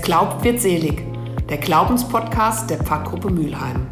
glaubt, wird selig. Der Glaubenspodcast der Pfarrgruppe Mülheim.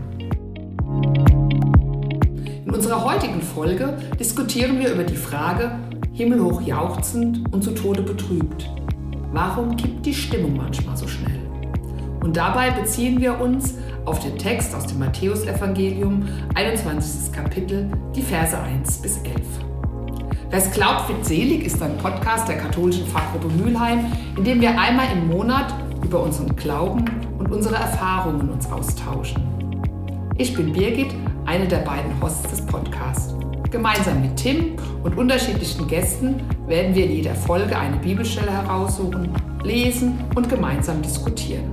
In unserer heutigen Folge diskutieren wir über die Frage, himmelhoch jauchzend und zu Tode betrübt. Warum kippt die Stimmung manchmal so schnell? Und dabei beziehen wir uns auf den Text aus dem Matthäusevangelium, 21. Kapitel, die Verse 1 bis 11. Wer es glaubt, wird selig ist ein Podcast der katholischen Pfarrgruppe Mülheim, in dem wir einmal im Monat über unseren Glauben und unsere Erfahrungen uns austauschen. Ich bin Birgit, eine der beiden Hosts des Podcasts. Gemeinsam mit Tim und unterschiedlichen Gästen werden wir in jeder Folge eine Bibelstelle heraussuchen, lesen und gemeinsam diskutieren.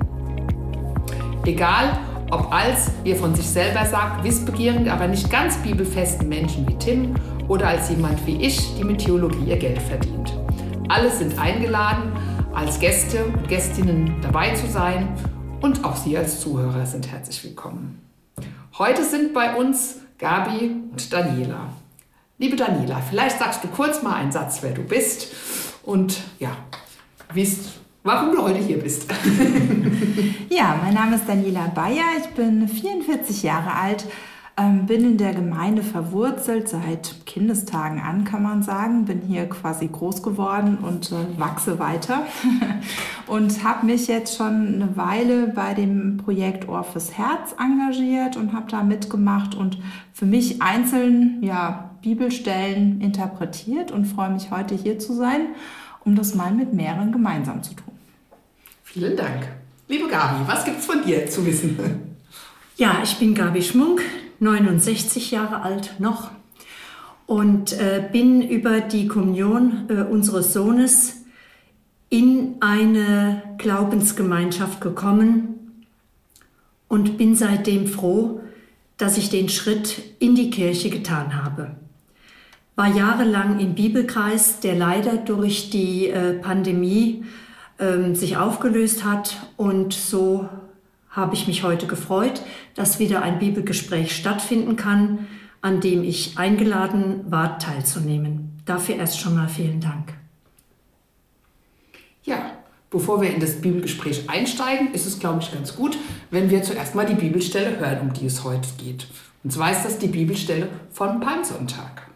Egal, ob als, wie er von sich selber sagt, wissbegierigen, aber nicht ganz bibelfesten Menschen wie Tim oder als jemand wie ich, die mit Theologie ihr Geld verdient. Alle sind eingeladen, als Gäste und Gästinnen dabei zu sein und auch Sie als Zuhörer sind herzlich willkommen. Heute sind bei uns Gabi und Daniela. Liebe Daniela, vielleicht sagst du kurz mal einen Satz, wer du bist und warum du heute hier bist. Ja, mein Name ist Daniela Bayer, ich bin 44 Jahre alt, bin in der Gemeinde verwurzelt, seit Kindestagen an, kann man sagen. Bin hier quasi groß geworden und wachse weiter. Und habe mich jetzt schon eine Weile bei dem Projekt Ohr fürs Herz engagiert und habe da mitgemacht und für mich einzeln Bibelstellen interpretiert und freue mich, heute hier zu sein, um das mal mit mehreren gemeinsam zu tun. Vielen Dank. Liebe Gabi, was gibt's von dir zu wissen? Ja, ich bin Gabi Schmunk, 69 Jahre alt noch und bin über die Kommunion unseres Sohnes in eine Glaubensgemeinschaft gekommen und bin seitdem froh, dass ich den Schritt in die Kirche getan habe. War jahrelang im Bibelkreis, der leider durch die Pandemie sich aufgelöst hat, und so habe ich mich heute gefreut, dass wieder ein Bibelgespräch stattfinden kann, an dem ich eingeladen war, teilzunehmen. Dafür erst schon mal vielen Dank. Ja, bevor wir in das Bibelgespräch einsteigen, ist es, glaube ich, ganz gut, wenn wir zuerst mal die Bibelstelle hören, um die es heute geht. Und zwar ist das die Bibelstelle von Palmsonntag.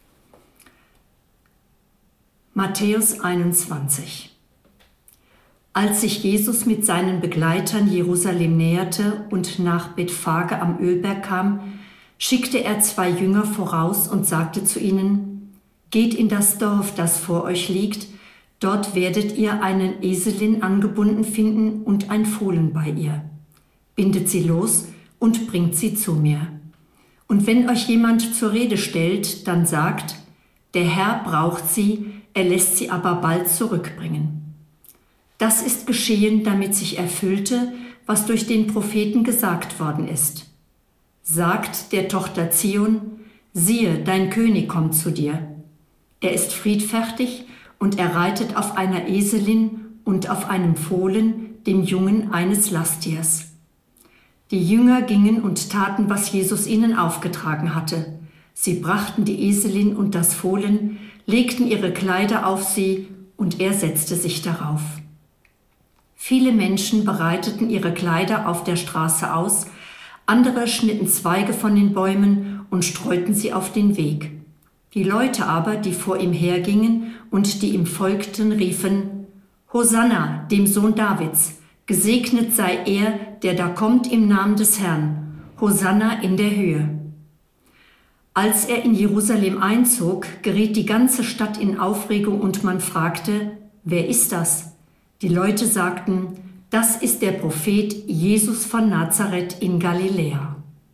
Matthäus 21. Als sich Jesus mit seinen Begleitern Jerusalem näherte und nach Bethphage am Ölberg kam, schickte er 2 Jünger voraus und sagte zu ihnen: Geht in das Dorf, das vor euch liegt, dort werdet ihr einen Eselin angebunden finden und ein Fohlen bei ihr. Bindet sie los und bringt sie zu mir. Und wenn euch jemand zur Rede stellt, dann sagt: Der Herr braucht sie, er lässt sie aber bald zurückbringen. Das ist geschehen, damit sich erfüllte, was durch den Propheten gesagt worden ist. Sagt der Tochter Zion: Siehe, dein König kommt zu dir. Er ist friedfertig und er reitet auf einer Eselin und auf einem Fohlen, dem Jungen eines Lasttiers. Die Jünger gingen und taten, was Jesus ihnen aufgetragen hatte. Sie brachten die Eselin und das Fohlen, legten ihre Kleider auf sie und er setzte sich darauf. Viele Menschen breiteten ihre Kleider auf der Straße aus, andere schnitten Zweige von den Bäumen und streuten sie auf den Weg. Die Leute aber, die vor ihm hergingen und die ihm folgten, riefen: Hosanna, dem Sohn Davids, gesegnet sei er, der da kommt im Namen des Herrn, Hosanna in der Höhe. Als er in Jerusalem einzog, geriet die ganze Stadt in Aufregung und man fragte: Wer ist das? Die Leute sagten: Das ist der Prophet Jesus von Nazareth in Galiläa.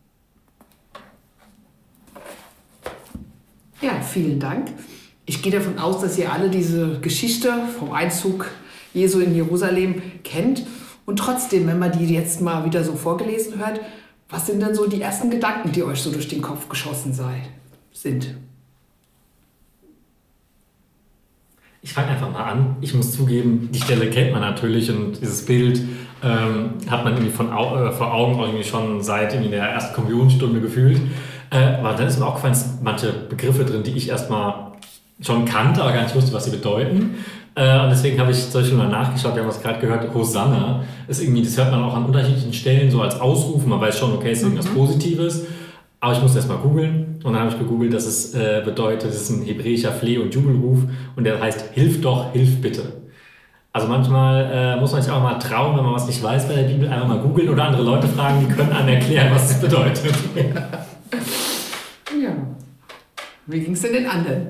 Ja, vielen Dank. Ich gehe davon aus, dass ihr alle diese Geschichte vom Einzug Jesu in Jerusalem kennt. Und trotzdem, wenn man die jetzt mal wieder so vorgelesen hört, was sind denn so die ersten Gedanken, die euch so durch den Kopf geschossen sind? Ich fange einfach mal an. Ich muss zugeben, die Stelle kennt man natürlich und dieses Bild hat man irgendwie vor Augen irgendwie schon seit irgendwie der ersten Kommunionsstunde gefühlt. Aber dann ist mir auch gefallen, manche Begriffe drin, die ich erstmal schon kannte, aber gar nicht wusste, was sie bedeuten. Und deswegen habe ich zum Beispiel mal nachgeschaut, wir haben es gerade gehört, Hosanna ist irgendwie, das hört man auch an unterschiedlichen Stellen so als Ausruf. Man weiß schon, okay, es ist irgendwas Positives. Aber ich muss erst mal googeln. Und dann habe ich gegoogelt, dass es bedeutet, es ist ein hebräischer Fleh- und Jubelruf. Und der heißt, hilf doch, hilf bitte. Also manchmal muss man sich auch mal trauen, wenn man was nicht weiß bei der Bibel, einfach mal googeln oder andere Leute fragen, die können einem erklären, was es bedeutet. Ja. Wie ging es denn den anderen?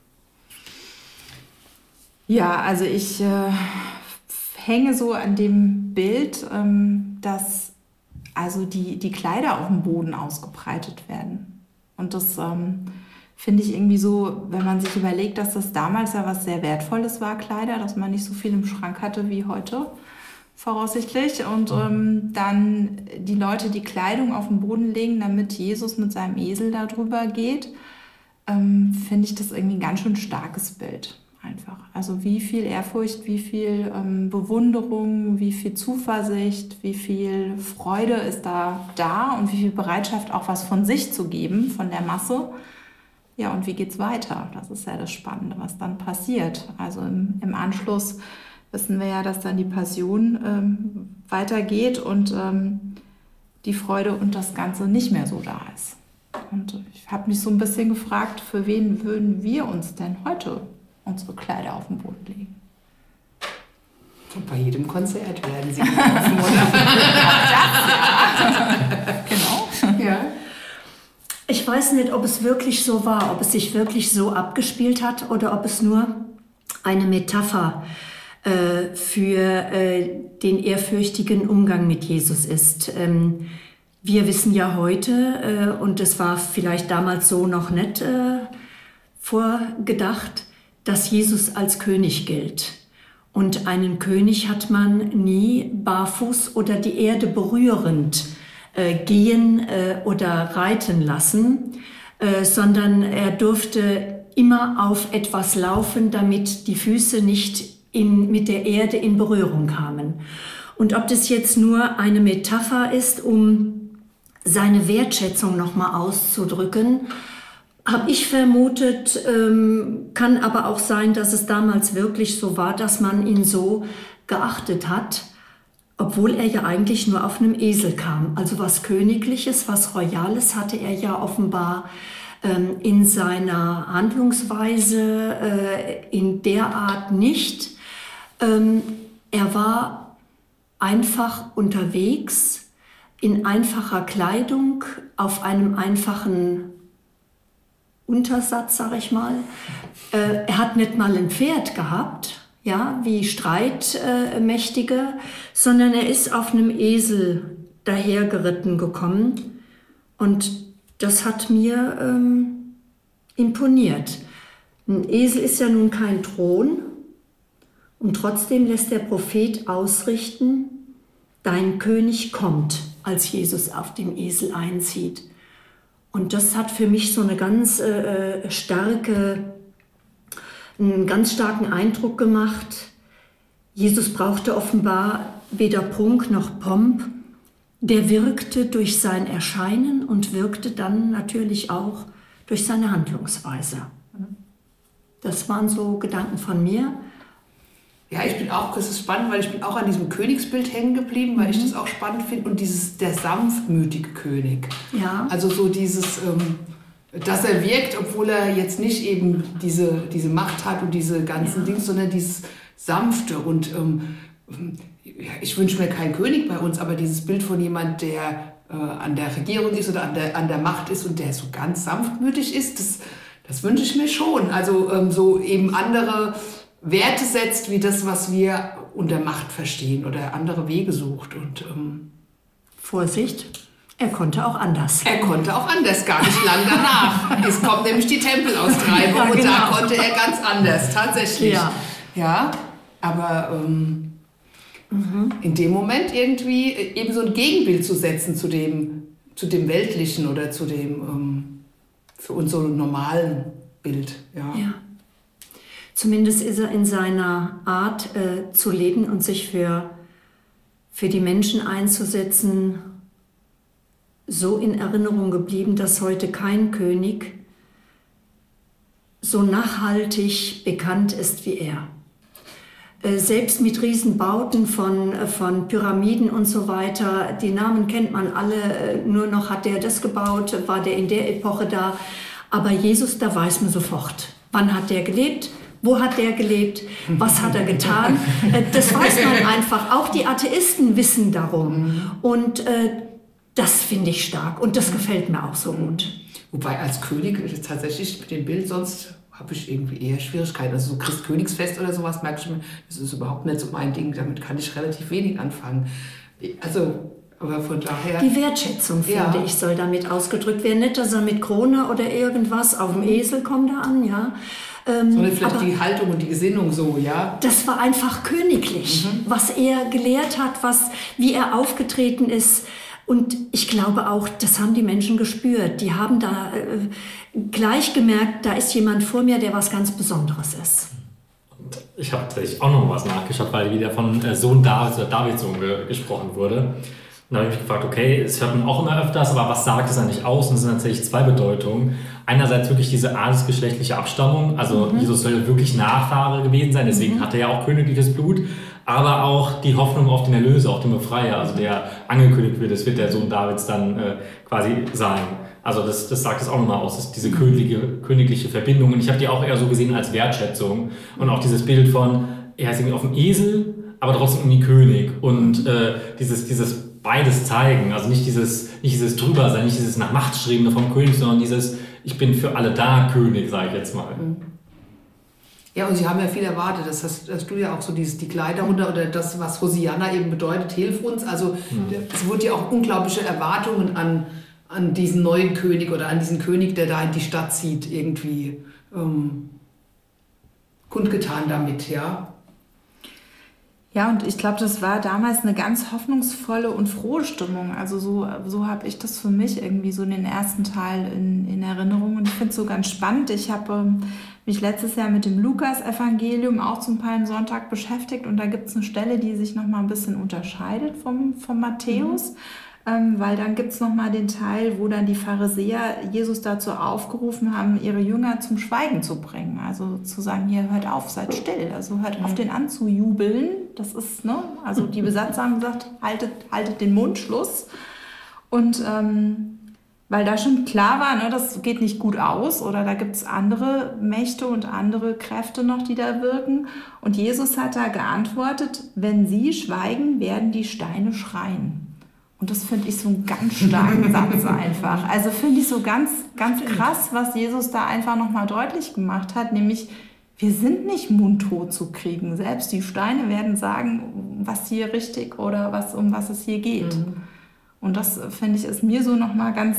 Ja, also ich hänge so an dem Bild, dass also die Kleider auf dem Boden ausgebreitet werden. Und das finde ich irgendwie so, wenn man sich überlegt, dass das damals ja was sehr Wertvolles war, Kleider, dass man nicht so viel im Schrank hatte wie heute, voraussichtlich. Und dann die Leute die Kleidung auf den Boden legen, damit Jesus mit seinem Esel da drüber geht, finde ich das irgendwie ein ganz schön starkes Bild. Einfach. Also wie viel Ehrfurcht, wie viel Bewunderung, wie viel Zuversicht, wie viel Freude ist da und wie viel Bereitschaft auch was von sich zu geben, von der Masse. Ja, und wie geht's weiter? Das ist ja das Spannende, was dann passiert. Also im Anschluss wissen wir ja, dass dann die Passion weitergeht und die Freude und das Ganze nicht mehr so da ist. Und ich habe mich so ein bisschen gefragt, für wen würden wir uns denn heute unsere Kleider auf den Boden legen? Und bei jedem Konzert werden sie gelaufen, oder? Genau. Ja. Ich weiß nicht, ob es wirklich so war, ob es sich wirklich so abgespielt hat oder ob es nur eine Metapher für den ehrfürchtigen Umgang mit Jesus ist. Wir wissen ja heute, und das war vielleicht damals so noch nicht vorgedacht, dass Jesus als König gilt. Und einen König hat man nie barfuß oder die Erde berührend gehen oder reiten lassen, sondern er durfte immer auf etwas laufen, damit die Füße nicht mit der Erde in Berührung kamen. Und ob das jetzt nur eine Metapher ist, um seine Wertschätzung nochmal auszudrücken, habe ich vermutet, kann aber auch sein, dass es damals wirklich so war, dass man ihn so geachtet hat, obwohl er ja eigentlich nur auf einem Esel kam. Also was Königliches, was Royales hatte er ja offenbar in seiner Handlungsweise in der Art nicht. Er war einfach unterwegs, in einfacher Kleidung, auf einem einfachen Untersatz, sage ich mal. Er hat nicht mal ein Pferd gehabt, ja, wie Streitmächtige, sondern er ist auf einem Esel dahergeritten gekommen. Und das hat mir imponiert. Ein Esel ist ja nun kein Thron. Und trotzdem lässt der Prophet ausrichten, dein König kommt, als Jesus auf dem Esel einzieht. Und das hat für mich so einen ganz starken Eindruck gemacht. Jesus brauchte offenbar weder Prunk noch Pomp. Der wirkte durch sein Erscheinen und wirkte dann natürlich auch durch seine Handlungsweise. Das waren so Gedanken von mir. Ja, das ist spannend, weil ich bin auch an diesem Königsbild hängen geblieben, weil ich das auch spannend finde. Und der sanftmütige König. Ja. Also so dieses, dass er wirkt, obwohl er jetzt nicht eben diese Macht hat und diese ganzen Dinge, sondern dieses Sanfte. Und ich wünsche mir keinen König bei uns, aber dieses Bild von jemand, der an der Regierung ist oder an der Macht ist und der so ganz sanftmütig ist, das wünsche ich mir schon. Also so eben andere Werte setzt, wie das, was wir unter Macht verstehen oder andere Wege sucht. Und Vorsicht, er konnte auch anders. Er konnte auch anders, gar nicht lang danach. Es kommt nämlich die Tempelaustreibung Ja, genau. Und da konnte er ganz anders, tatsächlich. Ja. Aber in dem Moment irgendwie eben so ein Gegenbild zu setzen zu dem Weltlichen oder zu dem für uns so normalen Bild. Ja. Zumindest ist er in seiner Art zu leben und sich für die Menschen einzusetzen so in Erinnerung geblieben, dass heute kein König so nachhaltig bekannt ist wie er. selbst mit Riesenbauten von Pyramiden und so weiter. Die Namen kennt man alle, nur noch hat der das gebaut, war der in der Epoche da. Aber Jesus, da weiß man sofort, wann hat der gelebt, wo hat der gelebt, was hat er getan. Das weiß man einfach. Auch die Atheisten wissen darum. Und das finde ich stark und das gefällt mir auch so gut. Wobei als König tatsächlich mit dem Bild sonst habe ich irgendwie eher Schwierigkeiten. Also so Christkönigsfest oder sowas, merke ich mir, das ist überhaupt nicht so mein Ding. Damit kann ich relativ wenig anfangen. Also, aber von daher... Die Wertschätzung, finde ich, soll damit ausgedrückt werden. Nicht, dass er mit Krone oder irgendwas auf dem Esel kommt da an, ja. Sondern vielleicht die Haltung und die Gesinnung so, ja. Das war einfach königlich, was er gelehrt hat, wie er aufgetreten ist. Und ich glaube auch, das haben die Menschen gespürt. Die haben da gleich gemerkt, da ist jemand vor mir, der was ganz Besonderes ist. Und ich habe tatsächlich auch noch was nachgeschaut, weil wieder von Sohn Davids oder Davidssohn gesprochen wurde. Und da habe ich mich gefragt, okay, das hört man auch immer öfters, aber was sagt es eigentlich aus? Und es sind tatsächlich zwei Bedeutungen. Einerseits wirklich diese adelsgeschlechtliche Abstammung, also Jesus soll wirklich Nachfahre gewesen sein, deswegen hat er ja auch königliches Blut, aber auch die Hoffnung auf den Erlöser, auf den Befreier, also der angekündigt wird, es wird der Sohn Davids dann quasi sein. Also das sagt es auch nochmal aus, das ist diese königliche Verbindung. Und ich habe die auch eher so gesehen als Wertschätzung. Und auch dieses Bild von, er ist irgendwie auf dem Esel, aber trotzdem irgendwie König. Und dieses beides zeigen, also nicht dieses Drübersein, nicht dieses nach Macht strebende vom König, sondern dieses, ich bin für alle da König, sage ich jetzt mal. Ja, und sie haben ja viel erwartet, das hast du ja auch so die Kleider runter oder das, was Hosianna eben bedeutet, hilf uns. Also es wurde ja auch unglaubliche Erwartungen an diesen neuen König oder an diesen König, der da in die Stadt zieht, irgendwie kundgetan damit, ja. Ja, und ich glaube, das war damals eine ganz hoffnungsvolle und frohe Stimmung. Also so habe ich das für mich irgendwie so in den ersten Teil in Erinnerung. Und ich finde es so ganz spannend. Ich habe mich letztes Jahr mit dem Lukas-Evangelium auch zum Palmsonntag beschäftigt. Und da gibt es eine Stelle, die sich nochmal ein bisschen unterscheidet vom Matthäus. Weil dann gibt es nochmal den Teil, wo dann die Pharisäer Jesus dazu aufgerufen haben, ihre Jünger zum Schweigen zu bringen. Also zu sagen, hier, hört auf, seid still. Also hört auf, den anzujubeln. Das ist, ne? Also die Besatzer haben gesagt, haltet den Mund, Schluss. Und weil da schon klar war, ne, das geht nicht gut aus oder da gibt es andere Mächte und andere Kräfte noch, die da wirken. Und Jesus hat da geantwortet, wenn sie schweigen, werden die Steine schreien. Und das finde ich so einen ganz starken Satz einfach. Also finde ich so ganz, ganz krass, was Jesus da einfach nochmal deutlich gemacht hat, nämlich wir sind nicht mundtot zu kriegen. Selbst die Steine werden sagen, was hier richtig oder um was es hier geht. Und das, finde ich, ist mir so nochmal ganz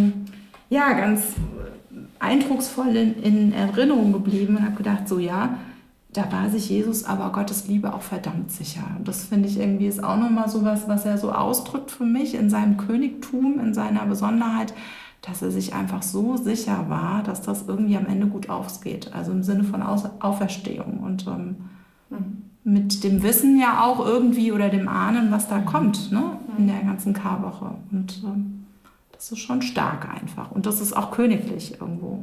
eindrucksvoll in Erinnerung geblieben und habe gedacht, so ja, da war sich Jesus aber Gottes Liebe auch verdammt sicher. Und das finde ich irgendwie ist auch nochmal so was er so ausdrückt für mich in seinem Königtum, in seiner Besonderheit, dass er sich einfach so sicher war, dass das irgendwie am Ende gut ausgeht. Also im Sinne von Auferstehung und mit dem Wissen ja auch irgendwie oder dem Ahnen, was da kommt, ne, in der ganzen Karwoche. Und das ist schon stark einfach. Und das ist auch königlich irgendwo.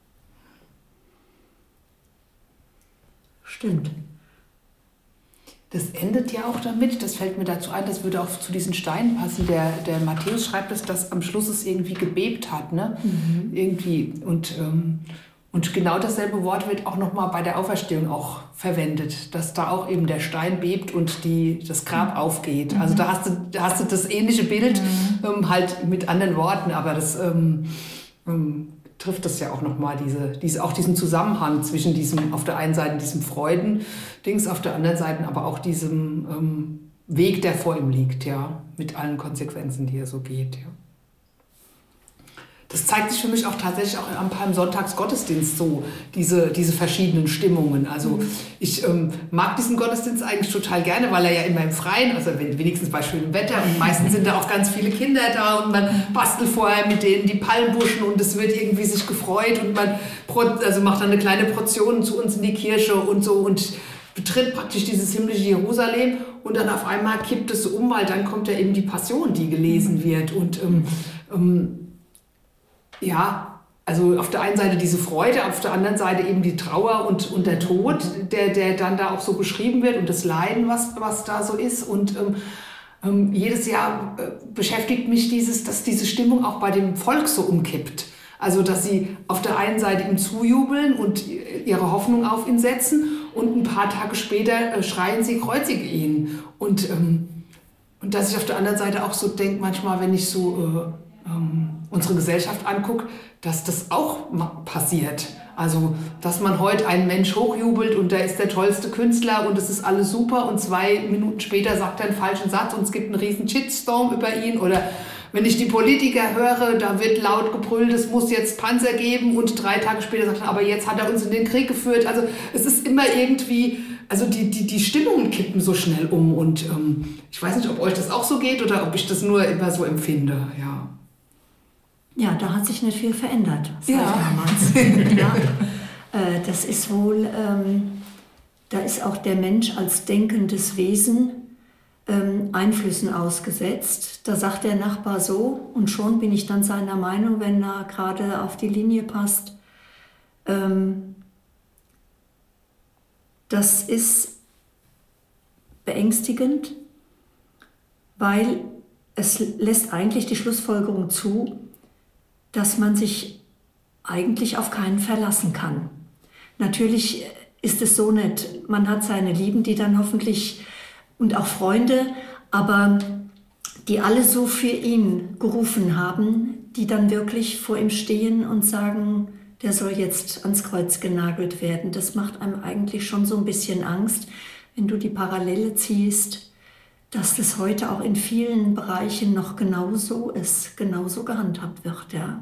Stimmt. Das endet ja auch damit, das fällt mir dazu ein, das würde auch zu diesen Steinen passen. Der Matthäus schreibt, dass am Schluss es irgendwie gebebt hat, ne? Irgendwie. Und genau dasselbe Wort wird auch nochmal bei der Auferstehung auch verwendet, dass da auch eben der Stein bebt und das Grab aufgeht. Also da hast du das ähnliche Bild, halt mit anderen Worten, aber das trifft das ja auch nochmal, auch diesen Zusammenhang zwischen diesem, auf der einen Seite diesem Freuden-Dings, auf der anderen Seite aber auch diesem Weg, der vor ihm liegt, ja, mit allen Konsequenzen, die er so geht, ja. Das zeigt sich für mich auch tatsächlich auch am Palmsonntagsgottesdienst so, diese verschiedenen Stimmungen. Also ich mag diesen Gottesdienst eigentlich total gerne, weil er ja immer im Freien, also wenigstens bei schönem Wetter und meistens sind da auch ganz viele Kinder da und man bastelt vorher mit denen die Palmbuschen und es wird irgendwie sich gefreut und man macht dann eine kleine Portion zu uns in die Kirche und so und betritt praktisch dieses himmlische Jerusalem und dann auf einmal kippt es so um, weil dann kommt ja eben die Passion, die gelesen wird und ja, also auf der einen Seite diese Freude, auf der anderen Seite eben die Trauer und der Tod, der dann da auch so beschrieben wird und das Leiden, was da so ist. Und jedes Jahr beschäftigt mich dass diese Stimmung auch bei dem Volk so umkippt. Also dass sie auf der einen Seite ihm zujubeln und ihre Hoffnung auf ihn setzen und ein paar Tage später schreien sie, kreuzige ihn. Und dass ich auf der anderen Seite auch so denke, manchmal, wenn ich so unsere Gesellschaft angucke, dass das auch passiert. Also, dass man heute einen Mensch hochjubelt und der ist der tollste Künstler und es ist alles super und 2 Minuten später sagt er einen falschen Satz und es gibt einen riesen Shitstorm über ihn. Oder wenn ich die Politiker höre, da wird laut gebrüllt, es muss jetzt Panzer geben und 3 Tage später sagt er, aber jetzt hat er uns in den Krieg geführt. Also es ist immer irgendwie, also die Stimmungen kippen so schnell um und ich weiß nicht, ob euch das auch so geht oder ob ich das nur immer so empfinde, ja. Ja, da hat sich nicht viel verändert seit damals. Ja, das ist wohl, da ist auch der Mensch als denkendes Wesen Einflüssen ausgesetzt. Da sagt der Nachbar so und schon bin ich dann seiner Meinung, wenn er gerade auf die Linie passt. Das ist beängstigend, weil es lässt eigentlich die Schlussfolgerung zu, dass man sich eigentlich auf keinen verlassen kann. Natürlich ist es so nicht. Man hat seine Lieben, die dann hoffentlich, und auch Freunde, aber die alle so für ihn gerufen haben, die dann wirklich vor ihm stehen und sagen, der soll jetzt ans Kreuz genagelt werden. Das macht einem eigentlich schon so ein bisschen Angst, wenn du die Parallele ziehst, dass das heute auch in vielen Bereichen noch genauso ist, genauso gehandhabt wird, ja.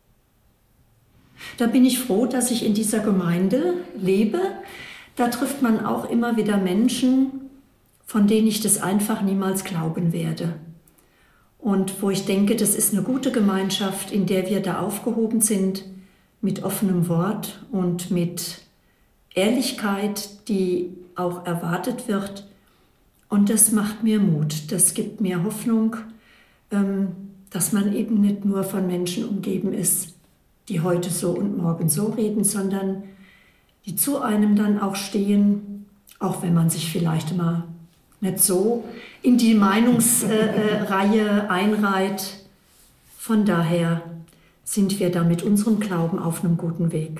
Da bin ich froh, dass ich in dieser Gemeinde lebe. Da trifft man auch immer wieder Menschen, von denen ich das einfach niemals glauben werde. Und wo ich denke, das ist eine gute Gemeinschaft, in der wir da aufgehoben sind, mit offenem Wort und mit Ehrlichkeit, die auch erwartet wird. Und das macht mir Mut, das gibt mir Hoffnung, dass man eben nicht nur von Menschen umgeben ist, die heute so und morgen so reden, sondern die zu einem dann auch stehen, auch wenn man sich vielleicht mal nicht so in die Meinungsreihe einreiht. Von daher sind wir da mit unserem Glauben auf einem guten Weg.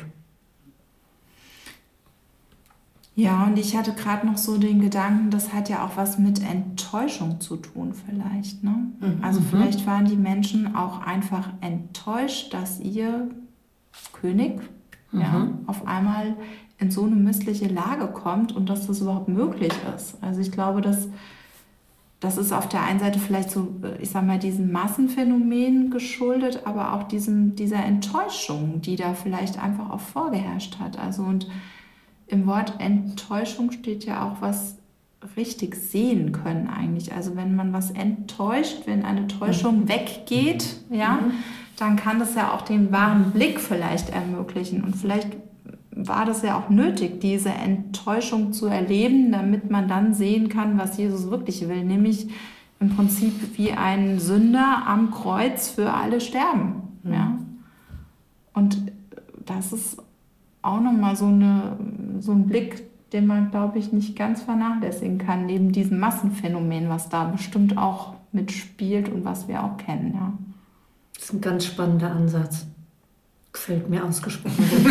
Ja, und ich hatte gerade noch so den Gedanken, das hat ja auch was mit Enttäuschung zu tun vielleicht. Ne? Also vielleicht waren die Menschen auch einfach enttäuscht, dass ihr König auf einmal in so eine missliche Lage kommt und dass das überhaupt möglich ist. Also ich glaube, das ist auf der einen Seite vielleicht so, ich sag mal, diesem Massenphänomen geschuldet, aber auch dieser Enttäuschung, die da vielleicht einfach auch vorgeherrscht hat. Also und im Wort Enttäuschung steht ja auch was richtig sehen können eigentlich. Also wenn man was enttäuscht, wenn eine Täuschung weggeht, dann kann das ja auch den wahren Blick vielleicht ermöglichen. Und vielleicht war das ja auch nötig, diese Enttäuschung zu erleben, damit man dann sehen kann, was Jesus wirklich will. Nämlich im Prinzip wie ein Sünder am Kreuz für alle sterben. Ja? Und das ist auch nochmal so ein Blick, den man, glaube ich, nicht ganz vernachlässigen kann, neben diesem Massenphänomen, was da bestimmt auch mitspielt und was wir auch kennen. Ja. Das ist ein ganz spannender Ansatz. Gefällt mir ausgesprochen gut.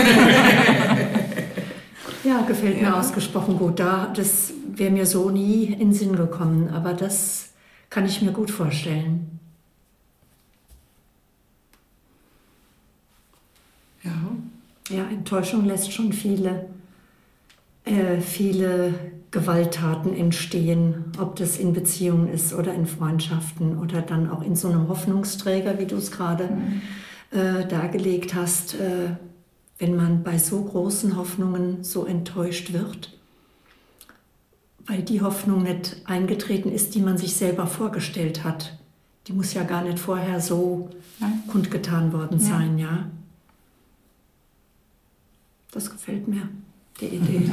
Ja, gefällt mir ausgesprochen gut. Das wäre mir so nie in den Sinn gekommen, aber das kann ich mir gut vorstellen. Ja, Enttäuschung lässt schon viele Gewalttaten entstehen, ob das in Beziehungen ist oder in Freundschaften oder dann auch in so einem Hoffnungsträger, wie du es gerade dargelegt hast, wenn man bei so großen Hoffnungen so enttäuscht wird, weil die Hoffnung nicht eingetreten ist, die man sich selber vorgestellt hat. Die muss ja gar nicht vorher so kundgetan worden sein, ja. Das gefällt mir, die Idee.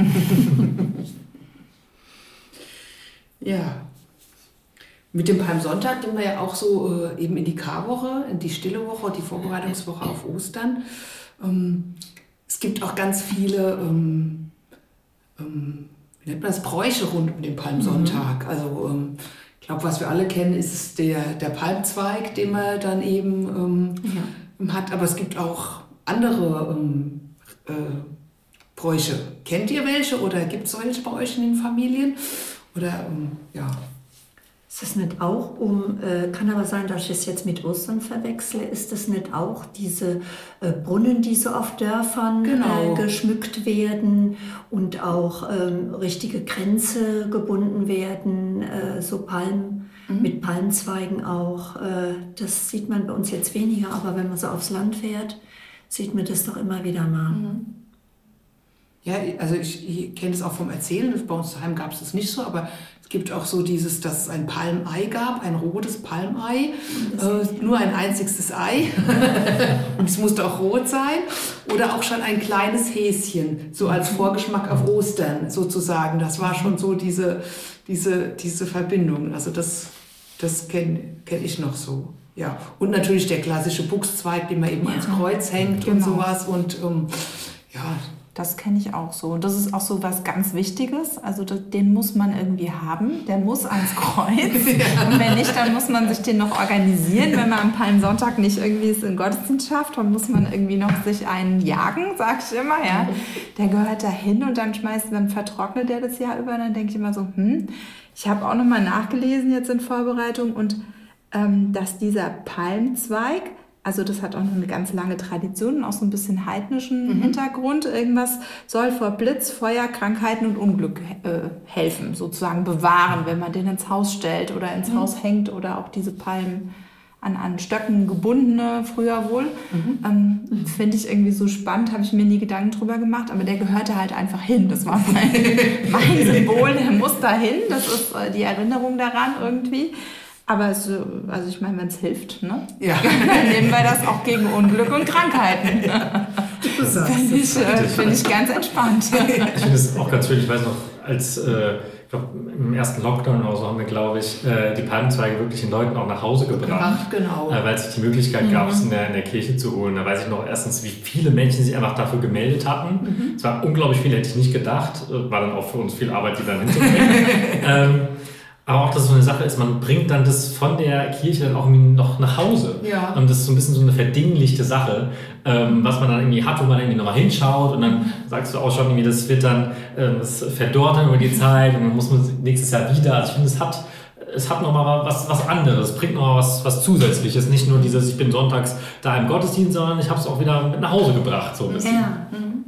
Ja. Mit dem Palmsonntag gehen wir ja auch so eben in die Karwoche, in die stille Woche, die Vorbereitungswoche auf Ostern. Es gibt auch ganz viele, wie nennt man das, Bräuche rund um den Palmsonntag. Also ich glaube, was wir alle kennen, ist der Palmzweig, den man dann eben hat. Aber es gibt auch andere Bräuche. Kennt ihr welche oder gibt es solche bei euch in den Familien? Oder Ist das nicht auch kann aber sein, dass ich es jetzt mit Ostern verwechsle, ist das nicht auch diese Brunnen, die so auf Dörfern geschmückt werden und auch richtige Kränze gebunden werden, so mit Palmzweigen auch. Das sieht man bei uns jetzt weniger, aber wenn man so aufs Land fährt, sieht man das doch immer wieder mal. Ja, also ich kenne es auch vom Erzählen, bei uns daheim gab es das nicht so, aber es gibt auch so dass es ein Palmei gab, ein rotes Palmei, nur ein einziges Ei und es musste auch rot sein oder auch schon ein kleines Häschen, so als Vorgeschmack auf Ostern sozusagen. Das war schon so diese Verbindung, also das kenn ich noch so. Ja. Und natürlich der klassische Buchszweig, den man eben ans Kreuz hängt und sowas und Das kenne ich auch so. Und das ist auch so was ganz Wichtiges. Also den muss man irgendwie haben. Der muss ans Kreuz. Und wenn nicht, dann muss man sich den noch organisieren. Wenn man am Palmsonntag nicht irgendwie es in Gottesdienst schafft, dann muss man irgendwie noch sich einen jagen, sag ich immer. Ja. Der gehört da hin und dann vertrocknet der das Jahr über. Und dann denke ich immer so, ich habe auch nochmal nachgelesen jetzt in Vorbereitung und dass dieser Palmzweig, also das hat auch noch eine ganz lange Tradition und auch so ein bisschen heidnischen Hintergrund. Irgendwas soll vor Blitz, Feuer, Krankheiten und Unglück helfen, sozusagen bewahren, wenn man den ins Haus stellt oder ins Haus hängt oder auch diese Palmen an Stöcken gebundene, früher wohl. Finde ich irgendwie so spannend, habe ich mir nie Gedanken drüber gemacht, aber der gehörte halt einfach hin. Das war mein Symbol, der muss da hin, das ist die Erinnerung daran irgendwie. Aber ich meine, wenn es hilft, ne? Ja. Dann nehmen wir das auch gegen Unglück und Krankheiten. Finde ich ganz entspannt. Ich finde es auch ganz schön, ich weiß noch, als ich glaube, im ersten Lockdown oder so haben wir, glaube ich, die Palmzweige wirklich den Leuten auch nach Hause gebracht. Genau. Weil es die Möglichkeit gab, es in der Kirche zu holen. Da weiß ich noch erstens, wie viele Menschen sich einfach dafür gemeldet hatten. Es war unglaublich viel, hätte ich nicht gedacht. War dann auch für uns viel Arbeit, die dann hinzubringen. Aber auch, dass es so eine Sache ist, man bringt dann das von der Kirche dann auch irgendwie noch nach Hause. Ja. Und das ist so ein bisschen so eine verdinglichte Sache, was man dann irgendwie hat, wo man irgendwie nochmal hinschaut und dann sagst du auch schon, irgendwie, das wird dann, das verdorrt dann über die Zeit und dann muss man nächstes Jahr wieder. Also ich finde, es hat nochmal was anderes, bringt nochmal was Zusätzliches. Nicht nur dieses, ich bin sonntags da im Gottesdienst, sondern ich habe es auch wieder mit nach Hause gebracht. So ein bisschen. Ja.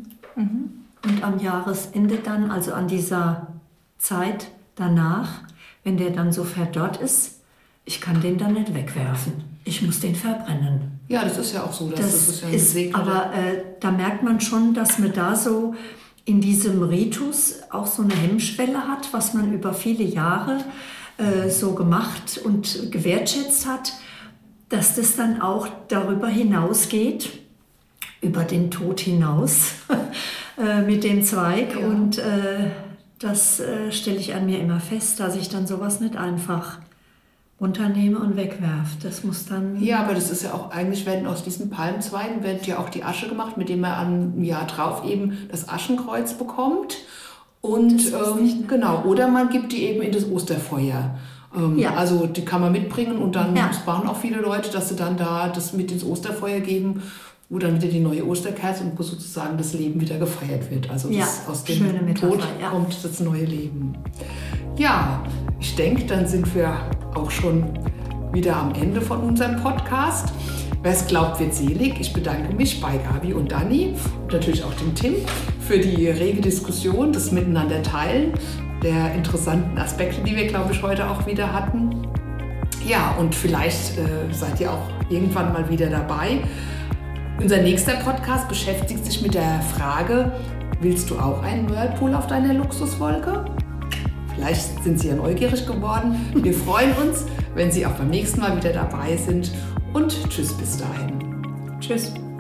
Und am Jahresende dann, also an dieser Zeit danach, wenn der dann so verdorrt ist, ich kann den dann nicht wegwerfen. Ich muss den verbrennen. Ja, das ist ja auch so. Das ist ja ein Segen. Aber da merkt man schon, dass man da so in diesem Ritus auch so eine Hemmschwelle hat, was man über viele Jahre so gemacht und gewertschätzt hat, dass das dann auch darüber hinausgeht, über den Tod hinaus mit dem Zweig. Ja. Und das stelle ich an mir immer fest, dass ich dann sowas nicht einfach runternehme und wegwerfe. Das muss dann... Ja, aber das ist ja auch, eigentlich werden aus diesen Palmzweigen ja auch die Asche gemacht, mit dem man am Jahr drauf eben das Aschenkreuz bekommt. Und genau, oder man gibt die eben in das Osterfeuer. Also die kann man mitbringen und dann machen auch viele Leute, dass sie dann da das mit ins Osterfeuer geben, wo dann wieder die neue Osterkerze und wo sozusagen das Leben wieder gefeiert wird. Also aus dem Tod kommt das neue Leben. Ja, ich denke, dann sind wir auch schon wieder am Ende von unserem Podcast. Wer es glaubt, wird selig. Ich bedanke mich bei Gabi und Dani und natürlich auch dem Tim für die rege Diskussion, das Miteinander teilen, der interessanten Aspekte, die wir, glaube ich, heute auch wieder hatten. Ja, und vielleicht seid ihr auch irgendwann mal wieder dabei. Unser nächster Podcast beschäftigt sich mit der Frage, willst du auch einen Whirlpool auf deiner Luxuswolke? Vielleicht sind Sie ja neugierig geworden. Wir freuen uns, wenn Sie auch beim nächsten Mal wieder dabei sind. Und tschüss bis dahin. Tschüss.